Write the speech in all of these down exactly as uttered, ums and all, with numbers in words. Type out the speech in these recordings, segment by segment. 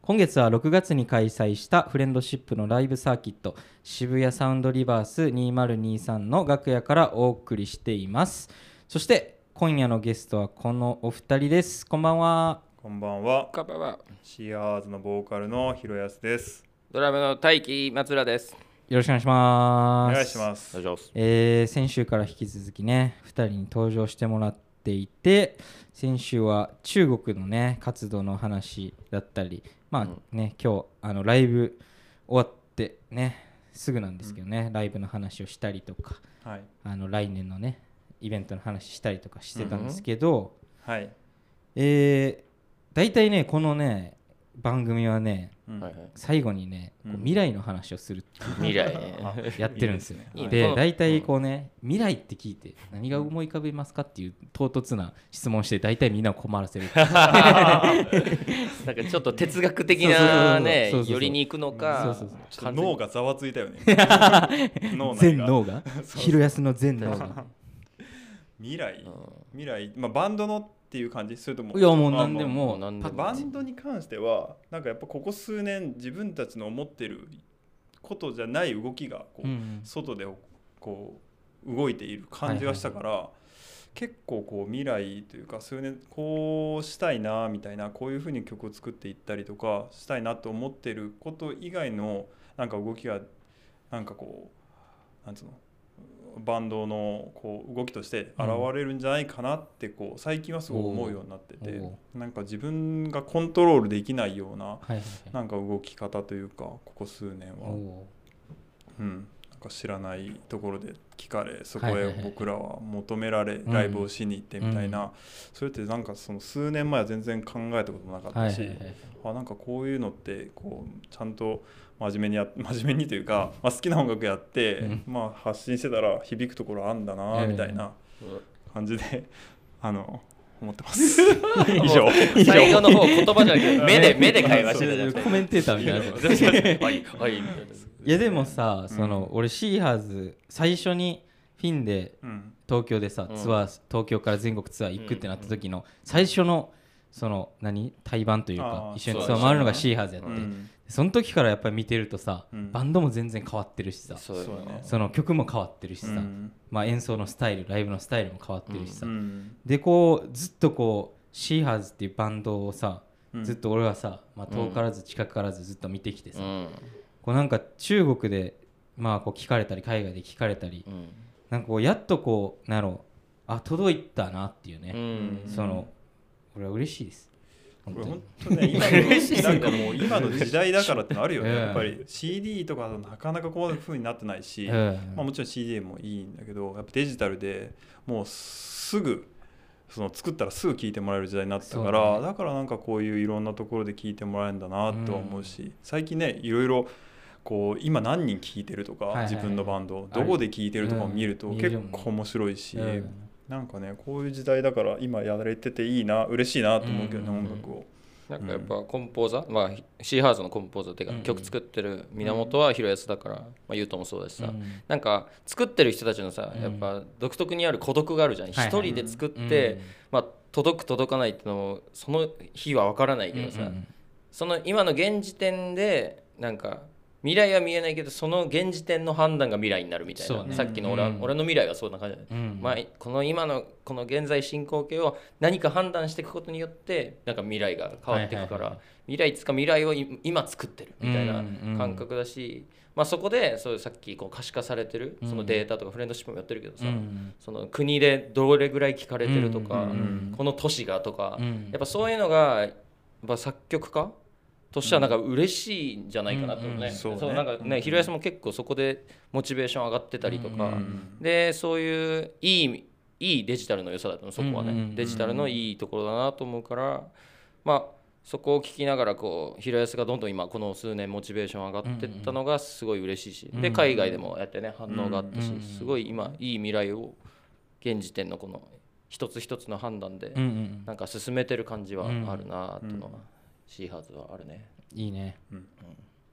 今月はろくがつに開催したフレンドシップのライブサーキット渋谷サウンドリバースにせんにじゅうさんの楽屋からお送りしています。そして今夜のゲストはこのお二人です。こんばんは。 こんばんは。 こんばんは。 シーハーズのボーカルのひろやすです。 ドラムの大輝松浦です。 よろしくお願いします。 お願いします。 お願いします。 えー、先週から引き続きねふたりに登場してもらっていて、先週は中国のね活動の話だったり、まあね、うん、今日あのライブ終わってねすぐなんですけどね、うん、ライブの話をしたりとか、はい、あの来年のねイベントの話したりとかしてたんですけど、 うん、はい、 えー、大体ねこのね番組はね、うん、最後にね、こう未来の話をするっていう未来やってるんですよ。 いいで、大体こうね、うん、未来って聞いて何が思い浮かべますかっていう唐突な質問して大体みんなを困らせるなんかちょっと哲学的なね寄りに行くのか、 脳がざわついたよね全脳がひろやすの全脳が未来、未来、まあ、バンドのっていう感じ、それともいやもう何でもバンドに関してはなんかやっぱここ数年自分たちの思ってることじゃない動きがこう、うん、外でこう動いている感じがしたから、はいはいはい、結構こう未来というか数年こうしたいなみたいな、こういう風に曲を作っていったりとかしたいなと思ってること以外のなんか動きがなんかこうなんつうのバンドのこう動きとして現れるんじゃないかなってこう最近はすごく思うようになってて、なんか自分がコントロールできないようななんか動き方というか、ここ数年はうん、なんか知らないところで聞かれ、そこへ僕らは求められライブをしに行ってみたいな、それってなんかその数年前は全然考えたことなかったし、あなんかこういうのってこうちゃんと真面目にや真面目にというか、まあ、好きな音楽やって、うんまあ、発信してたら響くところあんだなみたいな感じで、あの思ってます以上最後の方言葉じゃなくて目で目で会話してたじゃんコメンテーターみたいなはいはいいやでもさ、その、うん、俺シーハーズ最初にフィンで東京でさ、うん、ツアー東京から全国ツアー行くってなった時の最初のその何対バンというか一緒にツアー回るのがシーハーズやって、うん、その時からやっぱり見てるとさ、うん、バンドも全然変わってるしさ、そうよね、その曲も変わってるしさ、うんまあ、演奏のスタイルライブのスタイルも変わってるしさ、うん、でこうずっとこうシーハーズっていうバンドをさ、うん、ずっと俺はさ、まあ、遠からず近からずずっと見てきてさ、うん、こうなんか中国でまあこう聞かれたり海外で聞かれたり、うん、なんかこうやっとこうなろうあ届いたなっていうね、うん、そのこれは嬉しいです。 これ本当ね今のなんかもう今の時代だからってのあるよねやっぱり シーディー とかなかなかこういう風になってないし、まあ、もちろん シーディー もいいんだけどやっぱデジタルでもうすぐその作ったらすぐ聴いてもらえる時代になったから、ね、だからなんかこういういろんなところで聴いてもらえるんだなとは思うし、うん、最近ねいろいろこう今何人聴いてるとか、はいはいはい、自分のバンドどこで聴いてるとかを見ると結構面白いし、うんなんかねこういう時代だから今やられてていいな嬉しいなと思うけどね、うんうんうん、音楽をなんかやっぱコンポーザー、まあ、シーハーズのコンポーザーっていうか、うんうん、曲作ってる源はひろやすだから、まあ、ゆうともそうだしさ、うん、なんか作ってる人たちのさ、うん、やっぱ独特にある孤独があるじゃん、一、はいはい、人で作って、うんまあ、届く届かないっていうのもその日は分からないけどさ、うんうん、その今の現時点でなんか未来は見えないけどその現時点の判断が未来になるみたいな、ね、さっきの 俺,、うん、俺の未来はそんな感じだ、うんまあ、この今のこの現在進行形を何か判断していくことによってなんか未来が変わっていくから、はいはいはい、未来いつか未来を今作ってるみたいな感覚だし、うんまあ、そこでそうさっきこう可視化されてるそのデータとかフレンドシップもやってるけどさ、うん、その国でどれぐらい聞かれてるとか、うん、この都市がとか、うん、やっぱそういうのがやっぱ作曲家としてはなんか嬉しいんじゃないかなと思うね。そうなんかね、ひろやすも結構そこでモチベーション上がってたりとか、うん、でそういういいいいデジタルの良さだったのそこはね、うん、デジタルのいいところだなと思うから、まあそこを聞きながらこうひろやすがどんどん今この数年モチベーション上がっていったのがすごい嬉しいし、で海外でもやってね反応があったし、すごい今いい未来を現時点のこの一つ一つの判断でなんか進めてる感じはあるなというのは。シーハーズはあるね。 いいね、うん、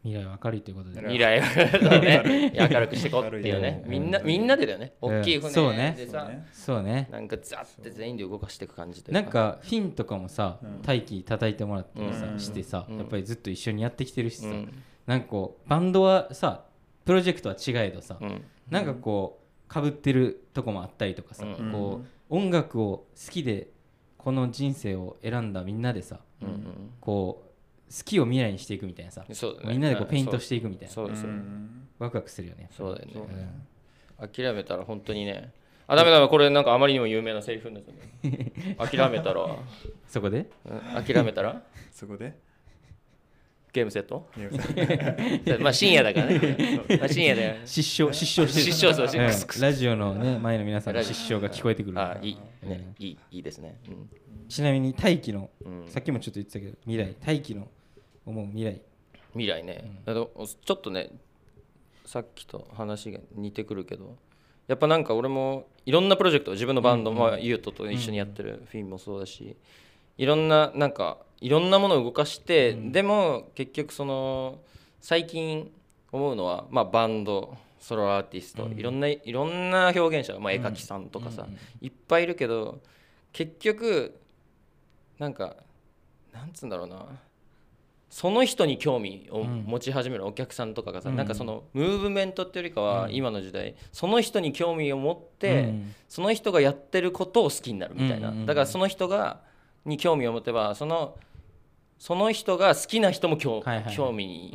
未来は明るいということで未来はね明るくしていこうっていうねみんなみんなでだよね大きい船でさそうねなんかザって全員で動かしていく感じでなんかフィンとかもさ大輝叩いてもらったりさしてさやっぱりずっと一緒にやってきてるしさなんかこうバンドはさプロジェクトは違えどさなんかこう被ってるとこもあったりとかさこう音楽を好きでこの人生を選んだみんなでさこう好きを未来にしていくみたいなさ、ね、みんなでこうペイントしていくみたいな、 そうですよ、 ワクワクするよね。 そうだよね、うん、諦めたら本当にねあダメだこれなんかあまりにも有名なセリフになっちゃう諦めたらそこで、 うん、諦めたらそこでゲームセットまあ深夜だからねまあ深夜だよ失笑失笑して失笑そう、 うん、ラジオのね前の皆さんの失笑が聞こえてくるあいいね、うん、いいいいですね、うん、 ちなみに大輝の、うん、さっきもちょっと言ってたけど未来大輝の思う未来未来ね、うん、ちょっとねさっきと話が似てくるけどやっぱなんか俺もいろんなプロジェクト自分のバンド、うんうんまあ、ユートと一緒にやってるフィンもそうだしいろんななんかいろんなものを動かして、うん、でも結局その最近思うのは、まあ、バンドソロアーティスト、うん、いろんないろんな表現者、まあ、絵描きさんとかさ、うん、いっぱいいるけど結局なんかなんつうんだろうなその人に興味を持ち始めるお客さんとかがさ、うん、なんかそのムーブメントっていうよりかは今の時代その人に興味を持って、うん、その人がやってることを好きになるみたいな、うん、だからその人がに興味を持てばそのその人が好きな人も興、はいはい、興味に、うん、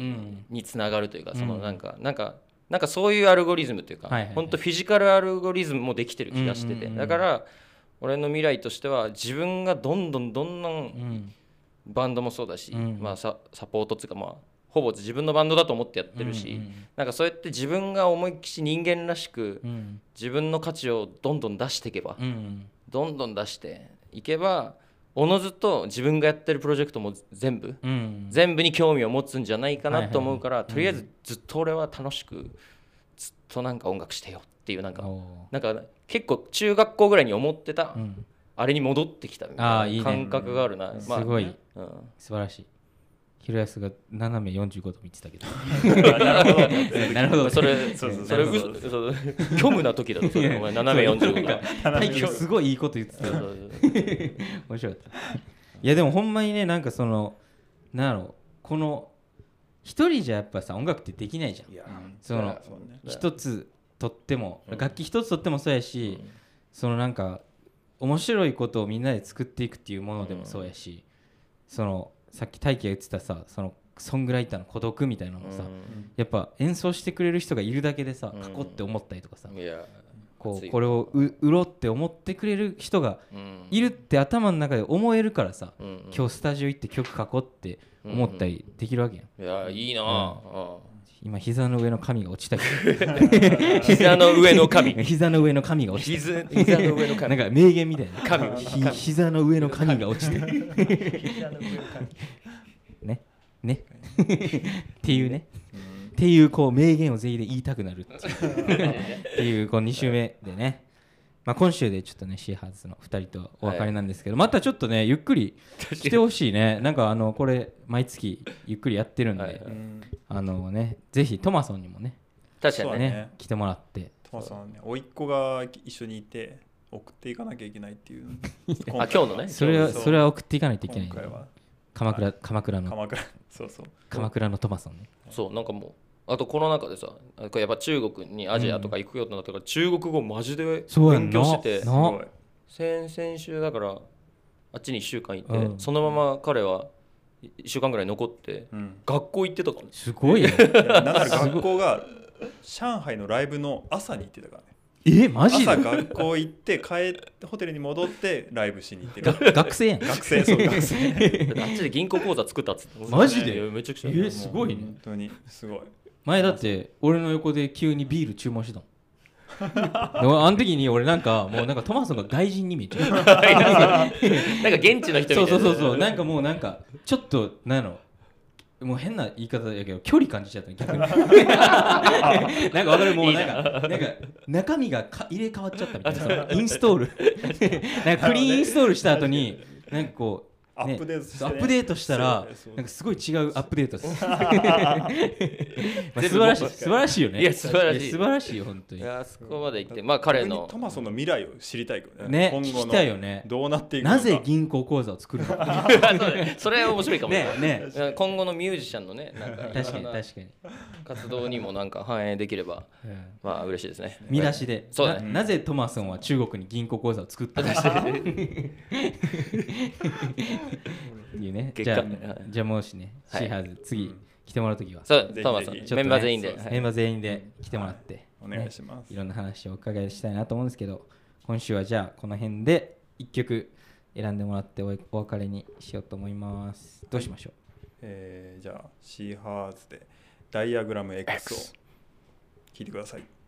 につながるというかそのなんか、うん、なんかなんかそういうアルゴリズムというか、はいはいはい、本当フィジカルアルゴリズムもできてる気がしてて、うんうんうん、だから俺の未来としては自分がどんどんどんどん、うんバンドもそうだし、うんまあ、サ, サポートっていうか、まあ、ほぼ自分のバンドだと思ってやってるし、うんうん、なんかそうやって自分が思いっきり人間らしく、うん、自分の価値をどんどん出していけば、うんうん、どんどん出していけばおのずと自分がやってるプロジェクトも全部、うん、全部に興味を持つんじゃないかなと思うから、はいはい、とりあえずずっと俺は楽しくずっとなんか音楽してよっていうなんか、なんか結構中学校ぐらいに思ってた、うんあれに戻ってきたみたいな感覚があるな。 いいねまあ、すごい、うん、素晴らしい。ひろやすが斜めよんじゅうごど見てたけど。 なるほど。なるほど。それ、そうそうそれ嘘、そう虚無な時だろ。それお前斜めよんじゅうごが。 大輝すごいいいこと言ってた。面白かった。いやでもほんまにねなんかそのなんやろこの一人じゃやっぱさ音楽ってできないじゃん。いやその一つとっても、うん、楽器一つとってもそうやし、うん、そのなんか。面白いことをみんなで作っていくっていうものでもそうやし、うん、そのさっき大輝が言ってたさそのソングライターの孤独みたいなのもさ、うん、やっぱ演奏してくれる人がいるだけでさ過去って思ったりとかさ、うん、こうこれをう売ろうって思ってくれる人がいるって頭の中で思えるからさ、うん、今日スタジオ行って曲書こうって思ったりできるわけやん、 うん、いやいいなぁ、 うん今膝の上の髪が落ちたけど膝の上の髪膝の上の髪が落ちた膝の上の髪なんか名言みたいな髪膝の上の髪が落ちてねねっていうねっていうこう名言を全員で言いたくなるっていうっていうこうに週目でねまあ、今週でちょっとねシーハーズのふたりとお別れなんですけど、はい、またちょっとねゆっくりしてほしいねなんかあのこれ毎月ゆっくりやってるんで、はいはい、あのねぜひトマソンにもね確かにねね来てもらってトマソンはね甥っ子が一緒にいて送っていかなきゃいけないっていうあ今日のねそれはそれは送っていかないといけない今回は鎌倉鎌倉の鎌倉そうそう鎌倉のトマソンねそうなんかもうあとコロナ禍でさやっぱ中国にアジアとか行くようになったから、うん、中国語マジで勉強しててすごい先々週だからあっちにいっしゅうかん行って、うん、そのまま彼はいっしゅうかんぐらい残って、うん、学校行ってたから、ね、 すごいねなんなら学校が上海のライブの朝に行ってたからねえマジで朝学校行って帰ってホテルに戻ってライブしに行って学生やん学生そう学生あっちで銀行口座作ったっつってマジでめちゃくちゃえー、すごいね本当にすごい前だって俺の横で急にビール注文してたもんあの時に俺なんかもうなんかトマソンが外人に見えちゃうなんか現地の人みたいなそうそうそうそうなんかもうなんかちょっとなんやろもう変な言い方だけど距離感じちゃった逆になんか分かるもうなんかなんか中身がか入れ替わっちゃったみたいなインストールなんかクリーンインストールした後になんかこうアップデートして、ね、 アップデートしたらなんかすごい違うアップデートですまあ素晴らしい素晴らしいよね。 いや素晴らしい素晴らしいよ本当に。 いやそこまで行ってまあ彼のトマソンの未来を知りたいけどね。 ね。 聞きたいよね。 どうなっていくのか。 なぜ銀行口座を作るのかそれは面白いかもね。ね今後のミュージシャンのねなんか確かに確かに活動にもなんか反映できれば、うん、まあ嬉しいですね。 見出しでそうだね、な, なぜトマソンは中国に銀行口座を作ったのかっていうね。じゃあ、じゃあもしね、はい、シーハーズ次、うん、来てもらうときはそうトマソン、ね、メンバー全員で、 メンバー全員で来てもらって、 はいね、お願いします。 いろんな話をお伺いしたいなと思うんですけど、今週はじゃあこの辺でいっきょく選んでもらってお別れにしようと思います。どうしましょう。 えー、じゃあシーハーズでダイアグラム X を聞いてください。